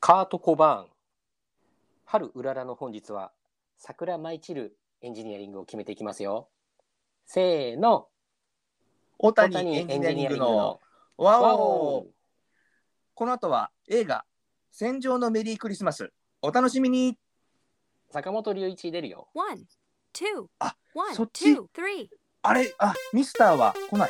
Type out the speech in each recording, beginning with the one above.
カート・コバーン。春うららの本日は桜舞い散るエンジニアリングを決めていきますよ。せーの。 大谷エンジニアリングのワオ。この後は映画戦場のメリークリスマス、お楽しみに。 坂本龍一出るよ。 One, two, あ、 one, そっち two, three. あれ、ミスターは来ない。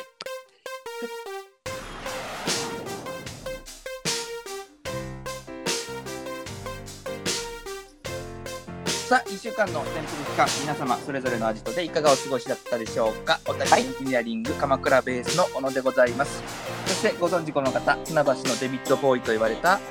さあ、1週間の潜伏期間、皆様それぞれのアジトでいかがお過ごしだったでしょうか。大谷エンジニアリング鎌倉ベースの小野でございます。そしてご存知この方、船橋のデビッドボーイと言われた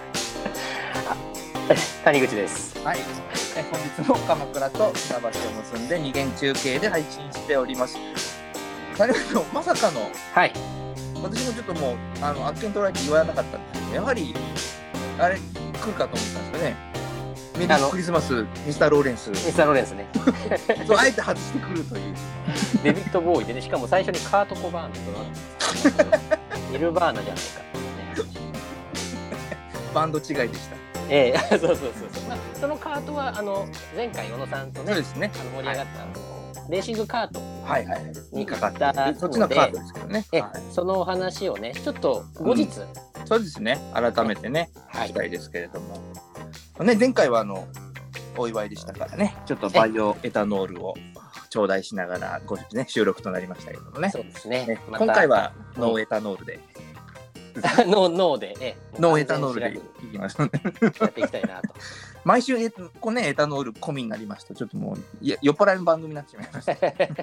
谷口です。 はい、本日も鎌倉と船橋を結んで二元中継で配信しております。谷口のまさかの、 はい、 私もちょっともうあっけに取られて言わなかったんですけど、やはりあれ来るかと思ったんですよね。メリークリスマス、ミスターローレンス。 ミスターローレンスね。 そう、あえて外してくるという。 デビッド・ボーイでね、しかも最初にカート・コバーンとなってニルバーナじゃないかっていうね。 バンド違いでした。 そうそう。まあ、そのカートは前回小野さんとね、 そうですね、 盛り上がった、レーシングカートにかかったそっちのカートですけどね。 そのお話をね、ちょっと後日、 そうですね、改めてね、聞きたいですけれども、ね、前回はお祝いでしたからね、ちょっとバイオエタノールを頂戴しながら後日ね、収録となりましたけどもね。 そうですね。 今回はノーエタノールで。 ノーで、 ノーエタノールでいきますのでやっていきたいなと。 毎週エタノール込みになりますと、ちょっともう酔っ払いの番組になってしまいました。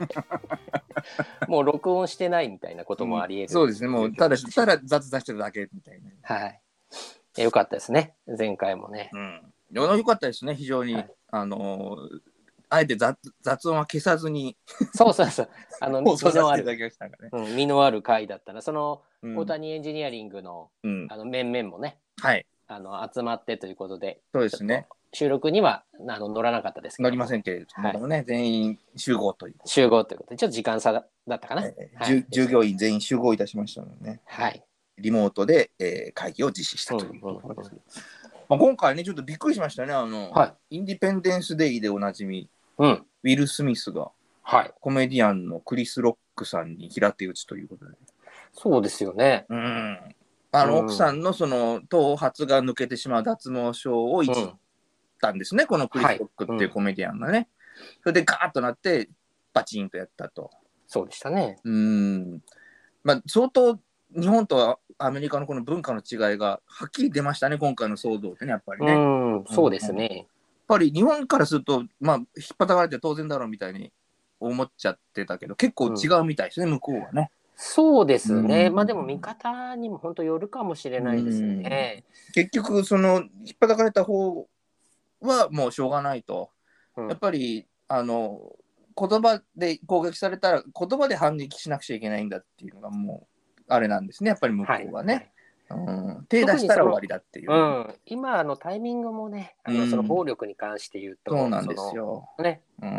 もう録音してないみたいなこともあり得る、 そうですね、もうただ雑出してるだけみたいな。 はい。よかったですね、前回もね。 よかったですね、非常に。あえて雑音は消さずに。 そう身のある回だったな。その大谷エンジニアリングの面々もね、集まってということで、 そうですね、 収録には乗らなかったですけど、 乗りませんけれどもね、全員集合ということで、ちょっと時間差だったかな。 従業員全員集合いたしましたのでね、リモートで会議を実施したということです。今回ね、ちょっとびっくりしましたね。インディペンデンスデイでおなじみ、ウィル・スミスが、コメディアンのクリス・ロックさんに平手打ちということで。 そうですよね。 奥さんのその頭髪が抜けてしまう脱毛症をいじったんですね、このクリス・ロックっていうコメディアンがね。それでガーッとなってバチンとやったと。 そうでしたね。 相当日本とアメリカのこの文化の違いがはっきり出ましたね、今回の騒動ってね、やっぱりね。 そうですね。 やっぱり日本からすると、引っ張たかれて当然だろうみたいに思っちゃってたけど、結構違うみたいですね、向こうはね。 そうですね。でも見方にも本当よるかもしれないですね。 結局、引っ張たかれた方はもうしょうがないと。やっぱり、言葉で攻撃されたら、言葉で反撃しなくちゃいけないんだっていうのがもう、あれなんですね、やっぱり向こうはね。手出したら終わりだっていう。 今タイミングもね、その暴力に関して言うと、 そうなんですよ。 ね、戦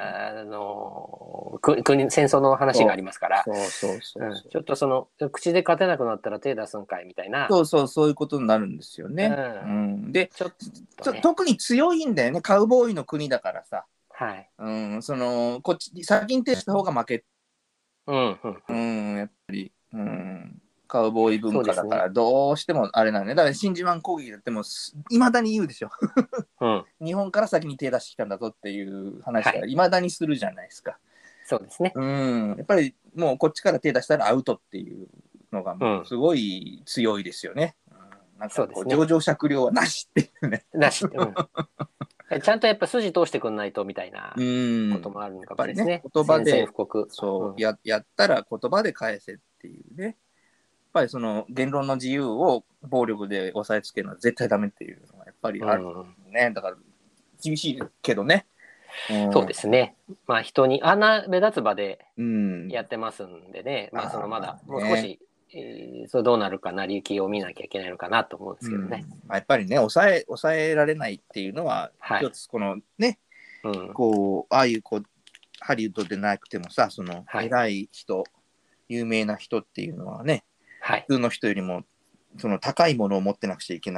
争の話がありますから、ちょっと口で勝てなくなったら手出すんかいみたいな。 そういうことになるんですよね。で、特に強いんだよね、カウボーイの国だからさ。こっち先に手した方が負け。やっぱり。カウボーイ文化だからどうしてもあれなんね。だから真珠湾攻撃だってもいまだに言うでしょ。日本から先に手出してきたんだぞっていう話はいまだにするじゃないですか。 そうですね。 やっぱりもうこっちから手出したらアウトっていうのがもうすごい強いですよね。なんか情状酌量はなしっていうね。 なし。ちゃんとやっぱ筋通してくんないとみたいなこともあるのかもしれないですね。 言葉でやったら言葉で返せっていうね。やっぱりその言論の自由を暴力で押さえつけるのは絶対ダメっていうのがやっぱりあるね。だから厳しいけどね。 そうですね。人に目立つ場でやってますんでね。まだもう少しそれどうなるか成り行きを見なきゃいけないのかなと思うんですけどね。 やっぱりね、抑えられないっていうのは一つこのね、ああいうハリウッドでなくてもさ、その偉い人、有名な人っていうのはね、普通の人よりもその高いものを持ってなくちゃいけないっ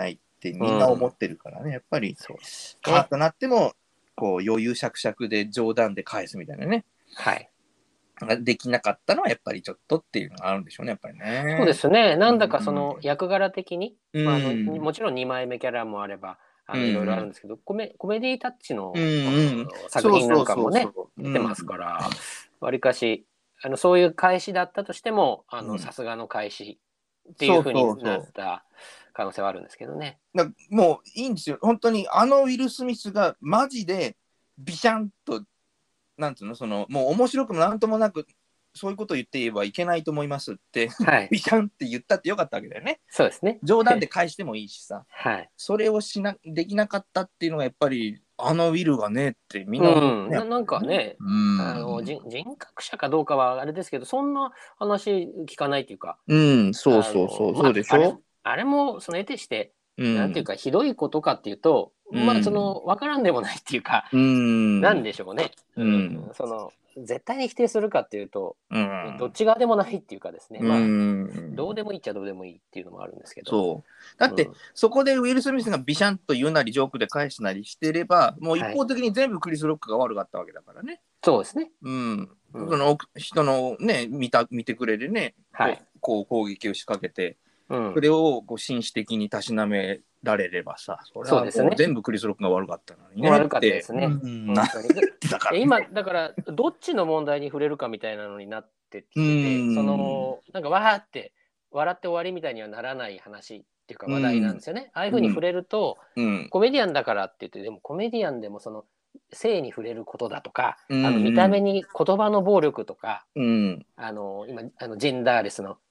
ってみんな思ってるからね、やっぱりカーッとなってもこう余裕しゃくしゃくで冗談で返すみたいなね、 はい、 できなかったのはやっぱりちょっとっていうのがあるんでしょうね、やっぱりね。 そうですね。なんだかその役柄的に、 うんもちろん2枚目キャラもあれば、いろいろあるんですけど、コメディタッチの、作品なんかもね、出てますから、わりかし、そういう返しだったとしても、さすがの返しっていうふうになった可能性はあるんですけどね。 もういいんですよ。本当にウィル・スミスがマジでビシャンと、なんつうの、もう面白くもなんともなく、そういうことを言って言えばいけないと思いますって、はい、ビシャンって言ったってよかったわけだよね。 そうですね。 冗談で返してもいいしさ、 はい、 それをできなかったっていうのがやっぱりウィルがねってみんな思うね、 なんかね、人格者かどうかはあれですけど、そんな話聞かないっていうか、 そうでしょ。 あれもその得てして、なんていうかひどいことかっていうと、まあ分からんでもないっていうか、なんでしょうね。絶対に否定するかっていうと、どっち側でもないっていうかですね、まあどうでもいいっちゃどうでもいいっていうのもあるんですけど。 そうだって、そこでウィル・スミスがビシャンと言うなりジョークで返すなりしてれば、もう一方的に全部クリス・ロックが悪かったわけだからね。 そうですね。 その人のね見てくれでね、こう攻撃を仕掛けて、それをこう紳士的にたしなめられればさ、それはもう全部クリス・ロックが悪かったのにね。 悪かったですね。今だからどっちの問題に触れるかみたいなのになってきてて、なんかわーって笑って終わりみたいにはならない話っていうか話題なんですよね。ああいうふうに触れると、コメディアンだからって言って、でもコメディアンでもその性に触れることだとか、見た目に言葉の暴力とか、今ジェンダーレスの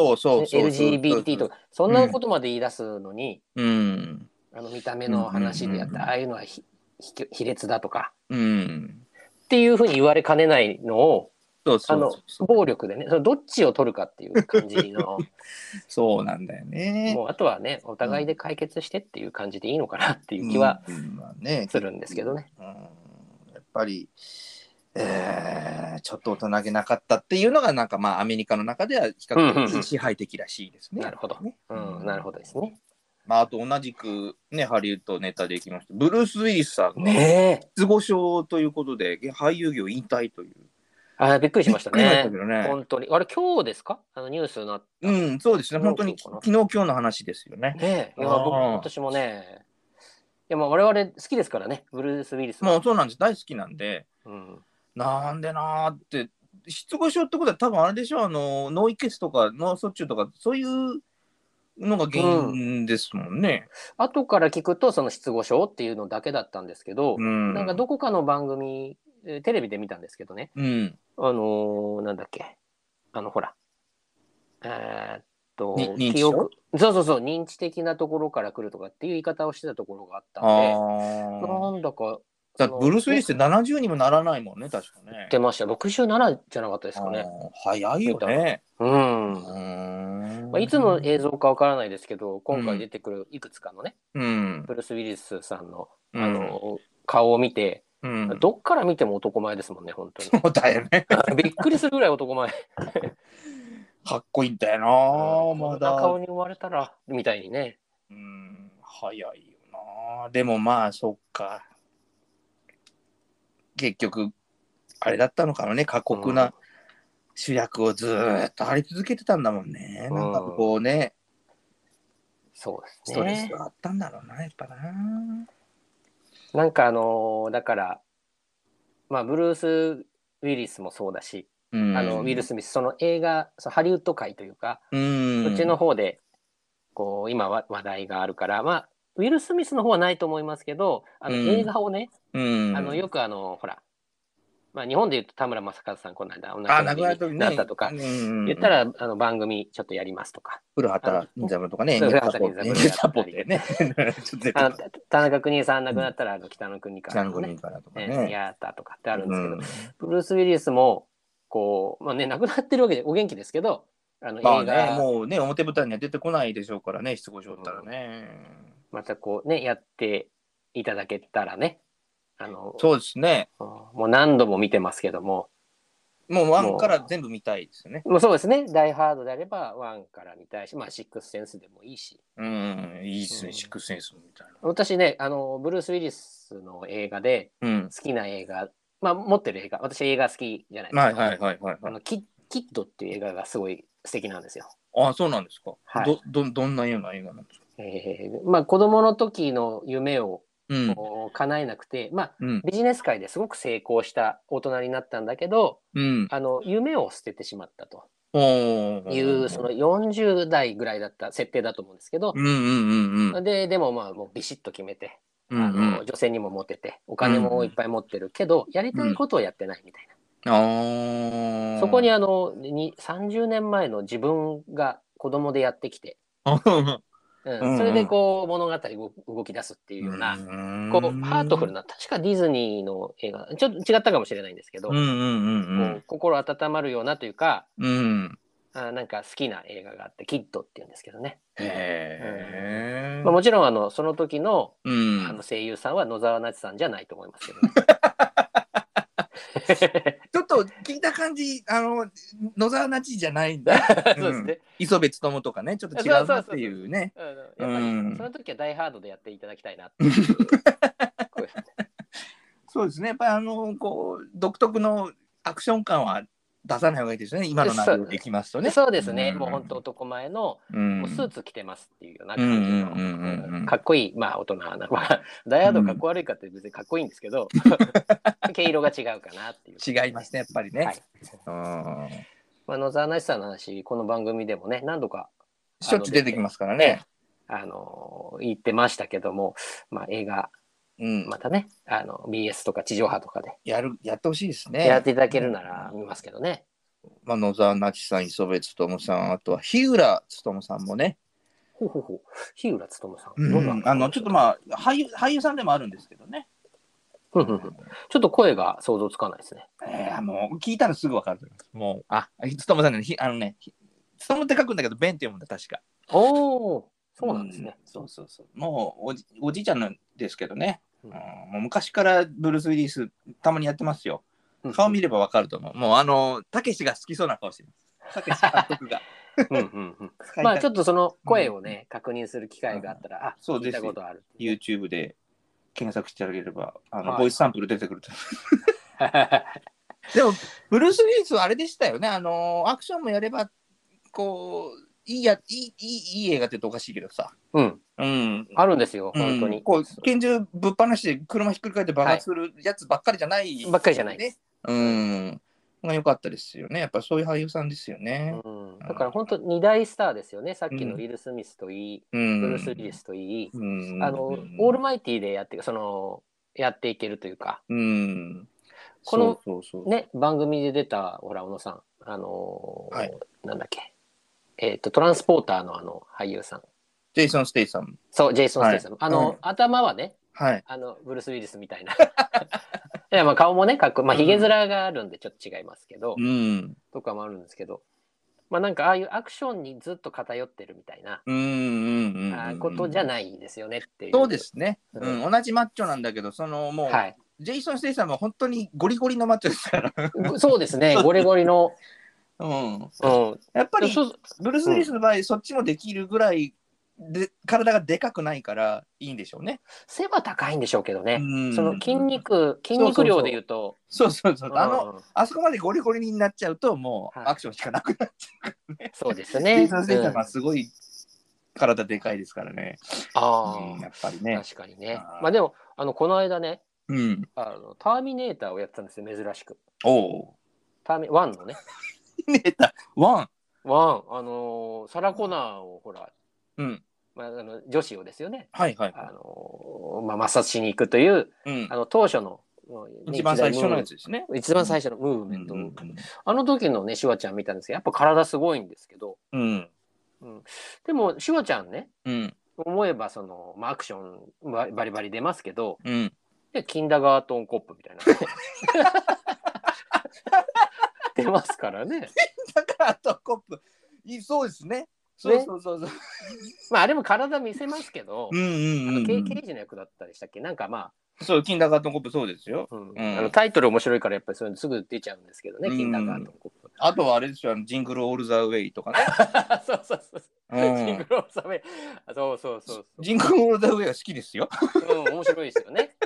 LGBT とかそんなことまで言い出すのに、見た目の話であったああいうのは卑劣だとか、っていうふうに言われかねないのを暴力でね、どっちを取るかっていう感じのそうなんだよね。 もうあとはね、お互いで解決してっていう感じでいいのかなっていう気はするんですけどね。 やっぱりちょっと大人げなかったっていうのがなんかまあアメリカの中では比較的支配的らしいですね。 なるほど。なるほどですね。 まああと同じくねハリウッドネタでいきました。ブルース・ウィリスさんが失語症ということで俳優業引退という。 びっくりしましたね。本当に。あれ今日ですか？ニュースになった。 そうですね。本当に昨日今日の話ですよね。 いや私もね。いやまあ我々好きですからね、ブルース・ウィリス。 もうそうなんです。大好きなんで。なんでなーって、失語症ってことは多分あれでしょ、脳溢血とか脳卒中とか、そういうのが原因ですもんね。 後から聞くと、その失語症っていうのだけだったんですけど、なんかどこかの番組、テレビで見たんですけどね、なんだっけ、ほら、記憶、そう認知的なところから来るとかっていう言い方をしてたところがあったんで、なんだか、 ブルース・ウィリスって70にもならないもんね、確かね。 言ってました。67じゃなかったですかね。 早いよね。 いつの映像かわからないですけど、今回出てくるいくつかのね、ブルース・ウィリスさんの、顔を見て、どっから見ても男前ですもんね、本当に。 そうだよね。 びっくりするぐらい男前。 かっこいいんだよな、 まだ。顔に生まれたら、みたいにね。 早いよな。でもまあ、そっか。結局、あれだったのかもね、過酷な主役をずっと張り続けてたんだもんね。なんかこうね、 そうですね。 ストレスがあったんだろうな、やっぱな。 なんかだから、まあ、ブルース・ウィリスもそうだし、ウィル・スミス、その映画、ハリウッド界というか、そっちの方で、こう、今話題があるから、まあ、ウィル・スミスの方はないと思いますけど、映画をね、よくほら、まあ、日本で言うと田村正和さん、この間、 亡くなったなったとか、言ったら、番組ちょっとやりますとか。 古畑任三郎とかね、 古畑任三郎サポってね。田中邦衛さん亡くなったら、北の国からとかね、やったとかってあるんですけど、ブルース・ウィリスも、こう、まあね、亡くなってるわけで、お元気ですけど、 映画もうね、表舞台には出てこないでしょうからね、失語症ったらね。 またこうね、やっていただけたらね。 そうですね。 もう何度も見てますけども、 もう1から全部見たいですよね。 もうそうですね。ダイハードであれば1から見たいし、まあシックスセンスでもいいし。 いいですね、シックスセンスみたいな。 私ね、ブルース・ウィリスの映画で好きな映画、まあ持ってる映画、私映画好きじゃないですか。 はいはいはいはい。 キッドっていう映画がすごい素敵なんですよ。 ああ、そうなんですか。 はい。 どんなような映画なんですか。 まあ子供の時の夢を叶えなくて、まあビジネス界ですごく成功した大人になったんだけど、夢を捨ててしまったというその40代ぐらいだった設定だと思うんですけど、でもまあもうビシッと決めて、女性にもモテてお金もいっぱい持ってるけど、やりたいことをやってないみたいな。そこに30年前の自分が子供でやってきてそれでこう物語動き出すっていうようなこうハートフルな、確かディズニーの映画ちょっと違ったかもしれないんですけど、心温まるようなというか、なんか好きな映画があって、キッドっていうんですけどね。もちろんその時の声優さんは野沢那智さんじゃないと思いますけどね。 ちょっと聞いた感じ、野沢那智じゃないんだ。そうですね。磯部勉とかね、ちょっと違うなっていうね。 やっぱりその時はダイハードでやっていただきたいなっていう。 そうですね。やっぱりこう独特のアクション感は出さない方がいいですね。今の内容でいきますとね。 そうですね。もう本当男前のもうスーツ着てますっていうような感じのかっこいい大人な、ダイハードかっこ悪いかって別にかっこいいんですけど、毛色が違うかなっていう。 違いますねやっぱりね。 野沢那智さんの話この番組でもね何度かしょっちゅう出てきますからね。 言ってましたけども、映画またねBS とか地上波とかでやってほしいですね。 やっていただけるなら見ますけどね。 野沢那智さん、磯部勉さん、あとは日浦勉さんもね。 日浦勉さん。 ちょっと俳優さんでもあるんですけどね。 ちょっと声が想像つかないですね。 もう聞いたらすぐ分かると思います。もう、勉さんね、勉って書くんだけど、弁って読むんだ、確か。 そうなんですね。 そう。もうおじいちゃんなんですけどね。もう昔からブルース・ウィリスたまにやってますよ。顔見ればわかると思う。もうたけしが好きそうな顔してます。たけし監督が。 ちょっとその声をね、確認する機会があったら、聞いたことある。 YouTube で検索してあげれば、ボイスサンプル出てくると。でも、ブルース・ウィリスはあれでしたよね。アクションもやれば、こう、いい映画って言うとおかしいけどさ。 あるんですよ、本当に。 こう拳銃ぶっ放して車ひっくり返って爆発するやつばっかりじゃない。 ばっかりじゃないね。 よかったですよね。やっぱそういう俳優さんですよね。 だから本当2大スターですよね。さっきのウィル・スミスといい、ブルース・ウィリスといい、オールマイティーでやっていけるというか。このね番組で出た小野さん、なんだっけ。トランスポーターの俳優さん。 ジェイソン・ステイサム。 そう、ジェイソン・ステイサム。頭はね、ブルース・ウィリスみたいな。いや、顔もね、かっこいい。ヒゲ面があるんでちょっと違いますけど、とかもあるんですけど、なんかああいうアクションにずっと偏ってるみたいなことじゃないですよねっていう。 そうですね。同じマッチョなんだけど、もう、ジェイソン・ステイサムは本当にゴリゴリのマッチョですから。 そうですね、ゴリゴリの。 やっぱりブルース・ウィリスの場合、そっちもできるぐらいで体がでかくないからいいんでしょうね。 背は高いんでしょうけどね。その筋肉量でいうと。 あそこまでゴリゴリになっちゃうともうアクションしかなくなっちゃうからね。 そうですね。 ジェイソン・ステイサムはすごい体でかいですからね。やっぱりね。 確かにね。でもこの間ね、ターミネーターをやってたんですよ、珍しく。1のね。 ネーター 1、サラ・コナーをほら、女子をですよね。抹殺しに行くという、当初の一番最初のやつですね。 一番最初のムーブメント。あの時のね、シュワちゃん見たんですけど、やっぱ体すごいんですけど、でもシュワちゃんね、思えばアクションバリバリ出ますけど、キンダーガートンコップみたいな。出ますからね。 だからトコップそうですね。そう。 あれも体見せますけど、刑事の役だったりしたっけ、なんかそう、キンダーガートンコップそうですよ。 タイトル面白いからやっぱりそういうのすぐ出ちゃうんですけどね、キンダーガートンコップ。 あとはあれですよ、ジングルオールザウェイとかね。 そうそうそう。ジングルオールザウェイ。そうそうそう。 ジングルオールザウェイは好きですよ。 面白いですよね。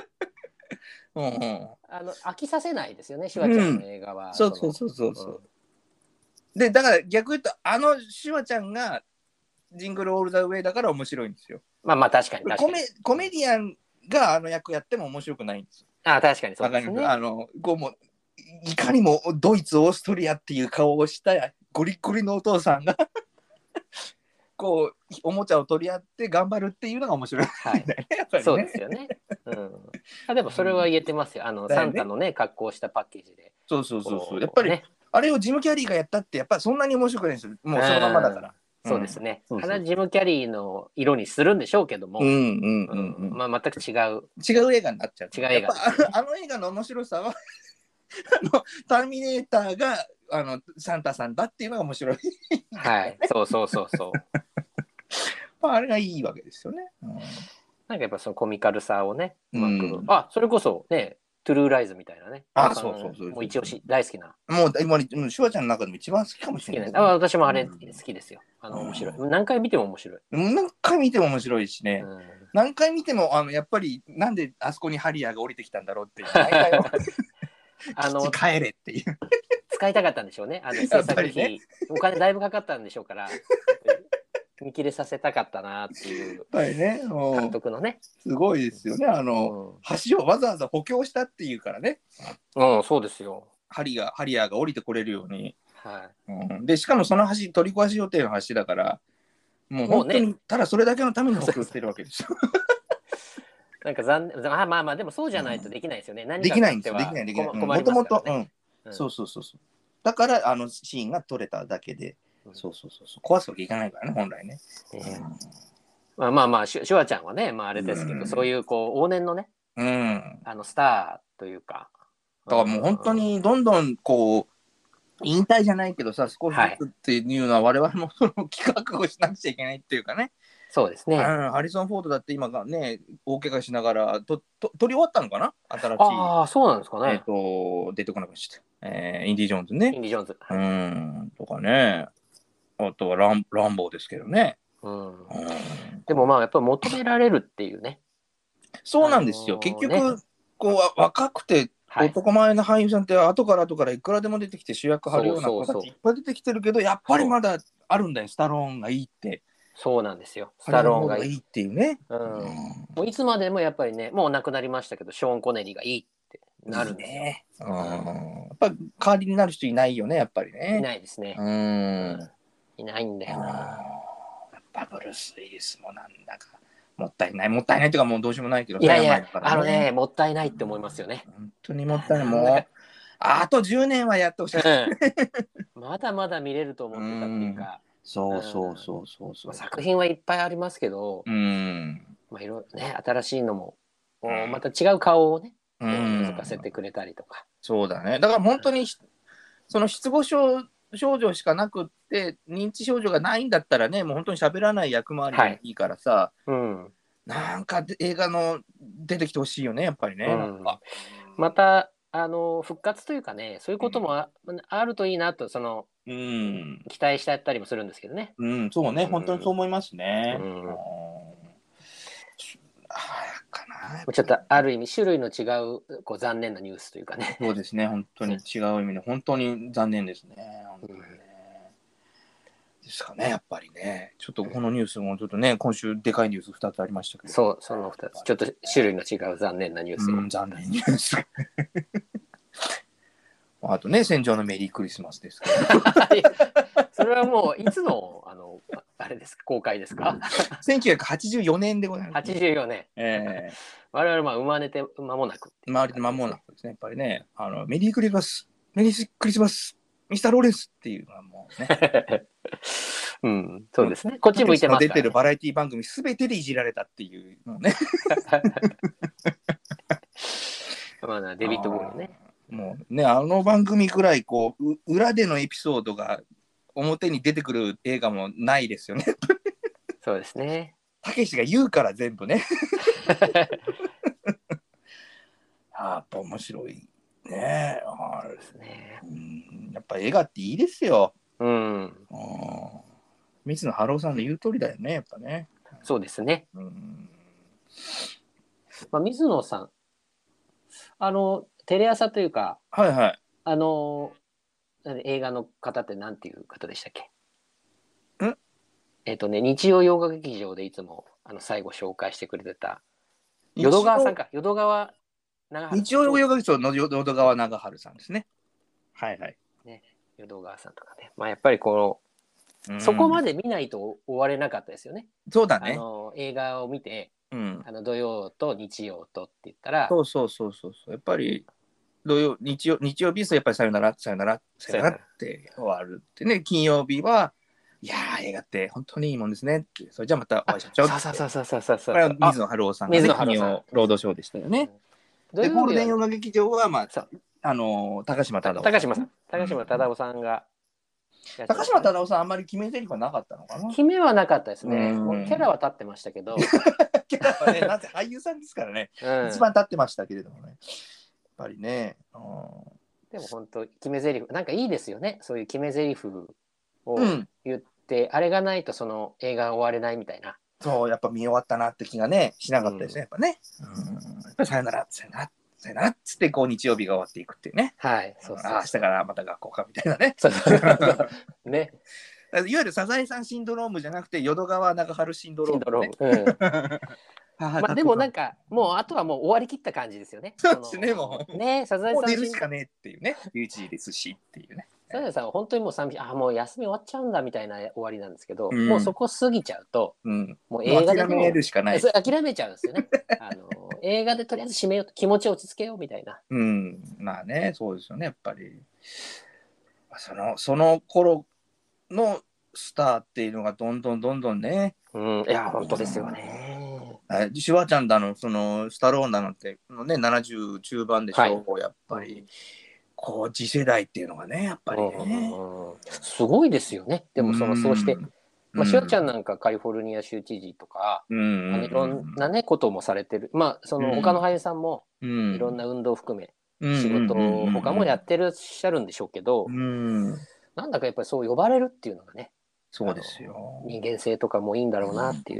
飽きさせないですよね、シュワちゃんの映画は。 そうそうそうそう。で、だから逆言うと、シュワちゃんがジングルオールザウェイだから面白いんですよ。 まあ確かに確かに。 コメディアンが役やっても面白くないんですよ。 確かにそうですね。 いかにもドイツ、オーストリアっていう顔をしたゴリゴリのお父さんがこうおもちゃを取り合って頑張るっていうのが面白い、 そうですよね。でもそれは言えてますよ。サンタのね格好したパッケージで。 そう。やっぱり、あれをジム・キャリーがやったってやっぱりそんなに面白くないんですよ。もうそのままだから。 そうですね。ジム・キャリーの色にするんでしょうけども、まあ全く違う映画になっちゃう。 違う映画。 映画の面白さはターミネーターがサンタさんだっていうのが面白い。 はい、そう。 あれがいいわけですよね。 なんかやっぱそのコミカルさをね、うまく。それこそね、トゥルーライズみたいなね。 そう。 もう一押し、大好きな。 もう今、シュワちゃんの中でも一番好きかもしれない。 私もあれ好きですよ。面白い。何回見ても面白い。 何回見ても面白いしね。何回見ても、やっぱり、なんであそこにハリアーが降りてきたんだろうっていう。帰れっていう。 使いたかったんでしょうね。制作費、お金だいぶかかったんでしょうから。見切れさせたかったなっていう監督のね。 すごいですよね。橋をわざわざ補強したっていうからね。 そうですよ。 ハリアーが降りてこれるように。で、しかもその橋、取り壊し予定の橋だから、もう本当に、ただそれだけのために補強してるわけですよ。 なんか残念。まあでもそうじゃないとできないですよね。 できないんですよ。できない。もともと、そう。だから、シーンが撮れただけで。そう。壊すわけいかないからね、本来ね。 まあ、シュワちゃんはね、まああれですけど、そういう往年のね、スターというか。 だからもう本当にどんどん引退じゃないけどさ、少しずつっていうのは我々もその企画をしなくちゃいけないっていうかね。 そうですね。 ハリソン・フォードだって今がね、大怪我しながら撮り終わったのかな、新しい。 そうなんですかね。 出てこなくなっちゃった。インディ・ジョーンズね。 インディ・ジョーンズ。 とかね。あとはランボーですけどね。 でもまあやっぱり求められるっていうね。 そうなんですよ。結局、若くて男前の俳優さんって後からいくらでも出てきて主役張るような子たちいっぱい出てきてるけど、やっぱりまだあるんだよ、スタローンがいいって。 そうなんですよ。スタローンがいいっていうね。 もういつまでもやっぱりね、もう亡くなりましたけど、ショーン・コネリーがいいってなるんですよ。 やっぱ代わりになる人いないよね、やっぱりね。 いないですね。いないんだよな。 やっぱブルース・ウィリスもなんだかもったいないっていうかもうどうしようもないけど。 いやもったいないって思いますよね。 本当にもったいない。もうあと10年はやってほしい。 まだまだ見れると思ってたっていうか。 そう。 作品はいっぱいありますけど、まあいろいろね、新しいのもまた違う顔をね、覗かせてくれたりとか。 そうだね。だから本当にその失語症状しかなくって認知症状がないんだったらね、もう本当に喋らない役回りでいいからさ、なんか映画の出てきてほしいよね、やっぱりね。 また復活というかね、そういうこともあるといいなと期待してやったりもするんですけどね。 そうね、本当にそう思いますね。 ちょっとある意味種類の違う残念なニュースというかね。 そうですね、本当に違う意味で本当に残念ですね。ですかね、やっぱりね。ちょっとこのニュースもちょっとね、今週でかいニュース2つありましたけど。 その2つ。ちょっと種類の違う残念なニュースを。 残念ニュース。あとね、戦場のメリークリスマスですけど。 それはもういつのあれですか、公開ですか ？1984年でございます。 84年。我々生まれて間もなく。 生まれて間もなくですね。やっぱりね、メリークリスマス、メリークリスマス、ミスターローレンスっていうのはもうね。 そうですね。こっち向いてますからね。 出てるバラエティ番組すべてでいじられたっていうのね。 デビッド・ボーイね。 もうね、番組くらい裏でのエピソードが表に出てくる映画もないですよね。 そうですね。 たけしが言うから全部ね。 ぱ面白いね。 そうですね。 やっぱ映画っていいですよ。水野晴郎さんの言う通りだよね、やっぱね。 そうですね。まあ、水野さん、テレ朝というか、 はいはい。 映画の方ってなんていう方でしたっけ？ ん日曜洋画劇場でいつも最後紹介してくれてた淀川さんか、淀川長春さん。 日曜洋画劇場の淀川長春さんですね。はいはい。 ね、淀川さんとかね。まあやっぱりそこまで見ないと終われなかったですよね。 そうだね。 映画を見て、土曜と日曜とって言ったら、 そうやっぱり日曜日はやっぱりさよならさよならさよならって終わるってね。金曜日はいやー映画って本当にいいもんですねって。それじゃあまたお会いしましょうって。 そう。 これは水野晴郎さんがね、金曜ロードショーでしたよね。でゴールデン洋画劇場はまあ高島忠夫さんが。 高島忠夫さんあんまり決め台詞はなかったのかな。 決めはなかったですね。キャラは立ってましたけど。 キャラはね、なぜ俳優さんですからね。一番立ってましたけれどもね。やっぱりね。 でも本当決め台詞なんかいいですよね。そういう決め台詞を言って、あれがないとその映画終われないみたいな。 そうやっぱ見終わったなって気がねしなかったですね。やっぱね。やっぱりさよならさよならさよならっつって日曜日が終わっていくっていうね。 はい。 明日からまた学校かみたいなね。 ね。 いわゆるサザエさんシンドロームじゃなくて淀川長春シンドローム。 まあでもなんかもうあとはもう終わりきった感じですよね。 そうですねもう。 ねサザエさん。 もう出るしかねえっていうね。11時ですしっていうね。 サザエさんは本当にもう寂しいもう休み終わっちゃうんだみたいな終わりなんですけど、もうそこ過ぎちゃうと、もう映画で諦めるしかない。 諦めちゃうんですよね。映画でとりあえず締めようと気持ちを落ち着けようみたいな。 まあねそうですよねやっぱり。その頃のスターっていうのがどんどんね。 いや本当ですよね。 シュワちゃんだのそのスタローンだのってのね70中盤でしょ、やっぱり次世代っていうのがねやっぱりね、 すごいですよね。でもそうして、シュワちゃんなんかカリフォルニア州知事とか、いろんなねこともされてる。まあその他の俳優さんもいろんな運動含め仕事他もやってらっしゃるんでしょうけど、なんだかやっぱりそう呼ばれるっていうのがね、 そうですよ。 人間性とかもいいんだろうなっていう。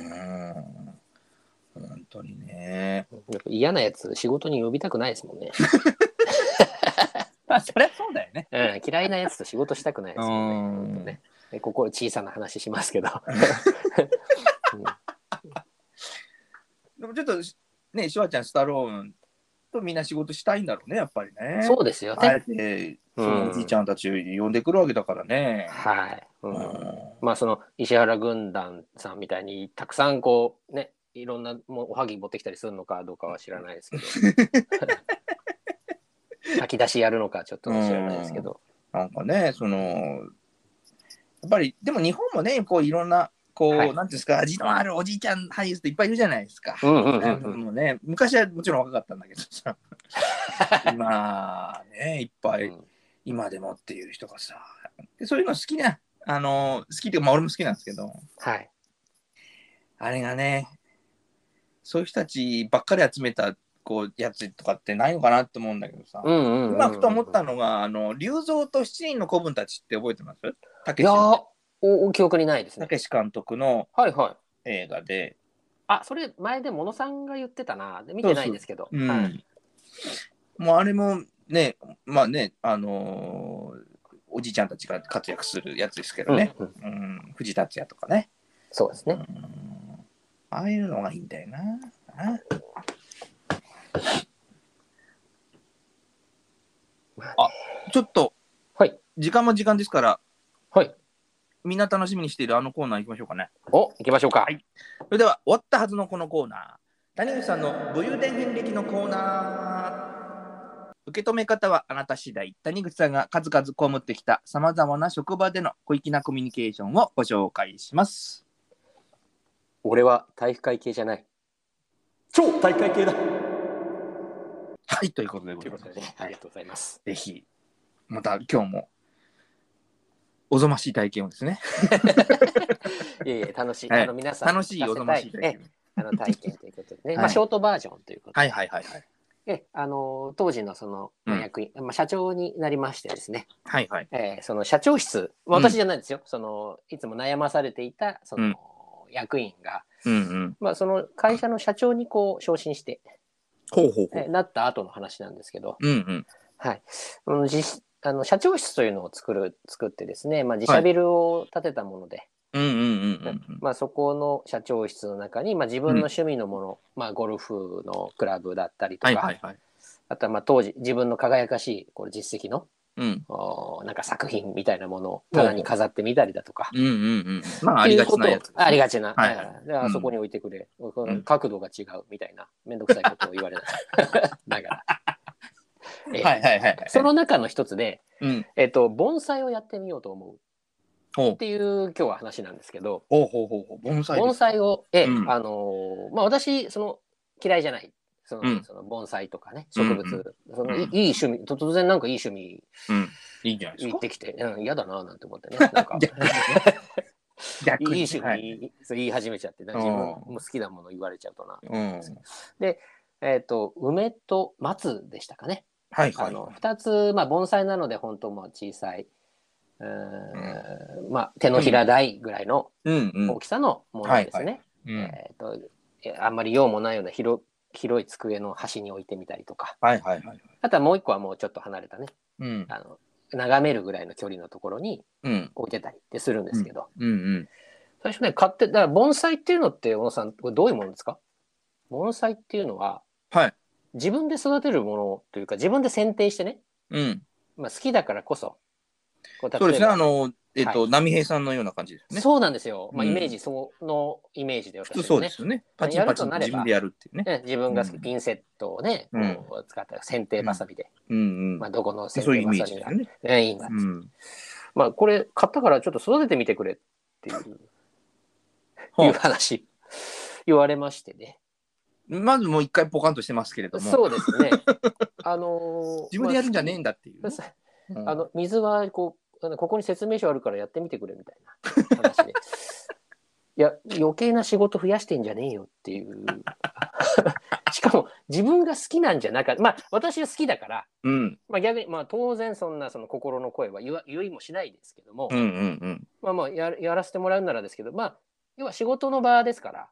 本当にね。 やっぱ嫌なやつ仕事に呼びたくないですもんね。 そりゃそうだよね。 嫌いなやつと仕事したくないですもんね。ここ小さな話しますけど。 でもちょっとねシュワちゃんスタローンとみんな仕事したいんだろうねやっぱりね。 そうですよね。 あえてそのおじいちゃんたち呼んでくるわけだからね。 はい。まあその石原軍団さんみたいにたくさんねいろんなおはぎ持ってきたりするのかどうかは知らないですけど。炊き出しやるのかちょっと知らないですけど。 なんかねやっぱりでも日本もねいろんななんていうんですか味のあるおじいちゃん俳優っていっぱいいるじゃないですか。もうね昔はもちろん若かったんだけどさ今ねいっぱい、今でもっていう人がさそういうの好きな好きっていうか俺も好きなんですけど、あれがねそういう人たちばっかり集めたやつとかってないのかなって思うんだけどさ、今ふと思ったのが龍造と七人の子分たちって覚えてます？ いや記憶にないですね。 たけし監督の映画で、 それ前でモノさんが言ってたな。見てないですけど。 もうあれもねまあねおじいちゃんたちが活躍するやつですけどね、藤達也とかね。 そうですね。 ああいうのがいいんだよな。ちょっと、時間も時間ですから、みんな楽しみにしているコーナー行きましょうかね。 行きましょうか。 それでは、終わったはずのこのコーナー、谷口さんの武勇伝遍歴のコーナー。受け止め方はあなた次第。谷口さんが数々被ってきたさまざまな職場での小粋なコミュニケーションをご紹介します。 俺は体育会系じゃない。超体育会系だ。 はい、ということでございます。 ありがとうございます。 ぜひ、また今日もおぞましい体験をですね。 いやいや、楽しい。皆さん楽しいおぞましい体験。 体験ということでね。ショートバージョンということで。 はい。 当時のその役員、社長になりましてですね、 はいはい。 その社長室、私じゃないですよ、いつも悩まされていたその役員が、その会社の社長にこう昇進して、なった後の話なんですけど、はい、社長室というのを作ってですね、自社ビルを建てたもので、そこの社長室の中に、自分の趣味のもの、ゴルフのクラブだったりとか、あとは当時自分の輝かしいこれ実績の、なんか作品みたいなものを棚に飾ってみたりだとか、 ありがちなやつ、 ありがちな、あそこに置いてくれ、角度が違うみたいなめんどくさいことを言われながらその中の一つで、盆栽をやってみようと思うっていう今日は話なんですけど、盆栽を、私嫌いじゃない、その盆栽とかね、植物、いい趣味、突然なんかいい趣味言ってきて、嫌だななんて思ってね、なんかいい趣味言い始めちゃって、自分も好きなもの言われちゃうとな。で、梅と松でしたかね。2つ、盆栽なので本当も小さい、手のひら大ぐらいの大きさのものですね。あんまり用もないような広い机の端に置いてみたりとか、あとはもう一個はもうちょっと離れたね、眺めるぐらいの距離のところに置いてたりってするんですけど、最初ね、買って、だから盆栽っていうのって、小野さん、これどういうものですか？盆栽っていうのは、自分で育てるものというか、自分で剪定してね、好きだからこそ、 そうですね、波平さんのような感じですね。 そうなんですよ。イメージ、そのイメージで私はね。 そうですよね。パチパチ自分でやるっていうね。 自分が好き、ピンセットをね、使った剪定バサミで。どこの剪定バサミがいいんだって。これ買ったからちょっと育ててみてくれっていう話言われましてね。 まずもう一回ポカンとしてますけれども。 そうですね。 自分でやるんじゃねえんだっていう。 水はここに説明書あるからやってみてくれみたいな話で。いや、余計な仕事増やしてんじゃねえよっていう。しかも自分が好きなんじゃなかった。私は好きだから、逆に、当然そんなその心の声は言いもしないですけども、やらせてもらうならですけど、要は仕事の場ですから、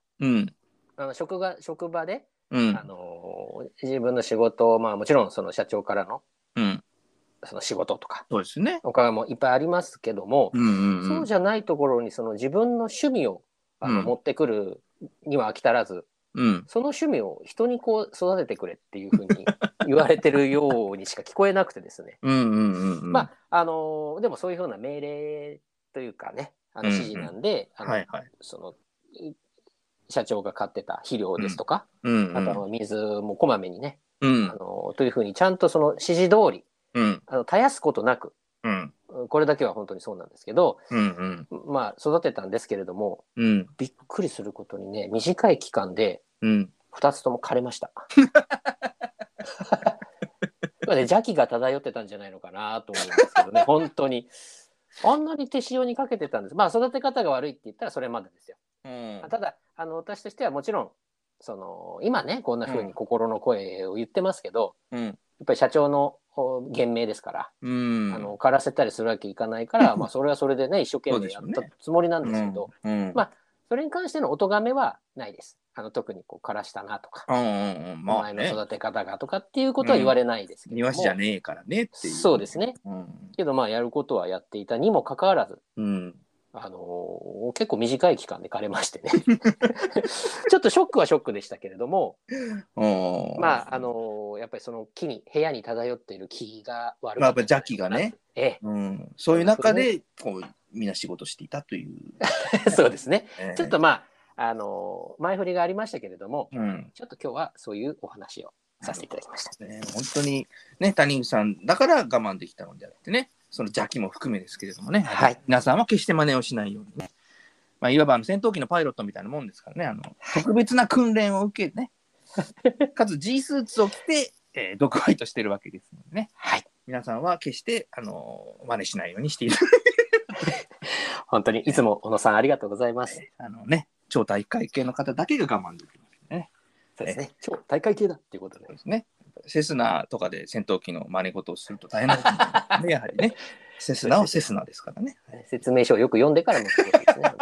職場で、自分の仕事を、もちろんその社長からの、その仕事とか、 そうですね。 お金もいっぱいありますけども、そうじゃないところにその自分の趣味を持ってくるには飽き足らず、その趣味を人にこう育ててくれっていうふうに言われてるようにしか聞こえなくてですね。でもそういうふうな命令というかね、指示なんで、その社長が買ってた肥料ですとか、あとは水もこまめにね、というふうにちゃんとその指示通り、絶やすことなく、これだけは本当にそうなんですけど、育てたんですけれども、びっくりすることにね、短い期間で2つとも枯れました。邪気が漂ってたんじゃないのかなと思うんですけどね、本当に。あんなに手塩にかけてたんです。育て方が悪いって言ったらそれまでですよ。ただ私としてはもちろん今ねこんな風に心の声を言ってますけど、やっぱり社長の言命ですから、枯らせたりするわけいかないから、それはそれでね一生懸命やったつもりなんですけど、それに関してのお咎めはないです。特に枯らしたなとか、お前の育て方がとかっていうことは言われないですけども、 庭師じゃねえからねっていう。 そうですね。けどやることはやっていたにもかかわらず、結構短い期間で枯れましてねちょっとショックはショックでしたけれども、やっぱりその部屋に漂っている気が悪かった、 邪気がね、そういう中でみんな仕事していたというそうですね、ちょっと前振りがありましたけれども、ちょっと今日はそういうお話をさせていただきました。 本当にね、谷口さんだから我慢できたのであってね、その邪気も含めですけれどもね、皆さんは決して真似をしないようにね、いわば戦闘機のパイロットみたいなもんですからね、特別な訓練を受けね、かつ G スーツを着て、ドクファイトしてるわけですのでね、皆さんは決して真似しないようにしている本当にいつも小野さんありがとうございます。 超体育会系の方だけが我慢できますね。 そうですね。超体育会系だっていうことでですね。 セスナとかで戦闘機の真似事をすると大変なことになるね、やはりね。セスナはセスナですからね。 説明書をよく読んでからもすごいですね。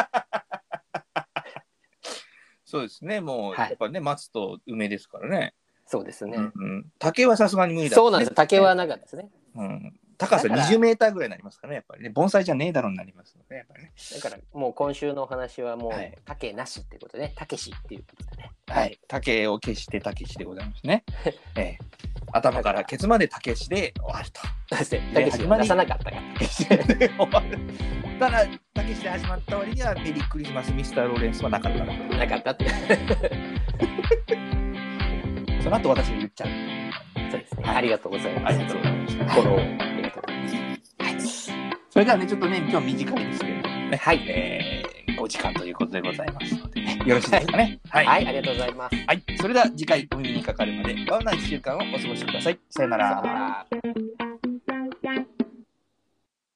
そうですね、もう、やっぱね、松と梅ですからね。 そうですね。 竹はさすがに無理だ、 そうなんです。竹はなかったですね。 高さ20メーターぐらいになりますからね、やっぱりね。盆栽じゃねえだろうになりますので、やっぱりね。 だからもう今週のお話はもう竹なしっていうことでね、竹しっていうことでね。 はい。竹を消して竹しでございますね。頭からケツまで竹しで終わると。 竹しを出さなかったから。 ただ、竹しで始まった割にはメリークリスマスミスターローレンスはなかった。 なかったって。 その後私が言っちゃう。 そうですね。ありがとうございます。 ありがとうございます。 ありがとうございます。 それではね、ちょっとね、今日短いですけれどもね。 はい。 お時間ということでございますので、ね、よろしいですかね。 はい、ありがとうございます。 はい。それでは次回お耳にかかるまで、ワウな1週間をお過ごしください。さよなら。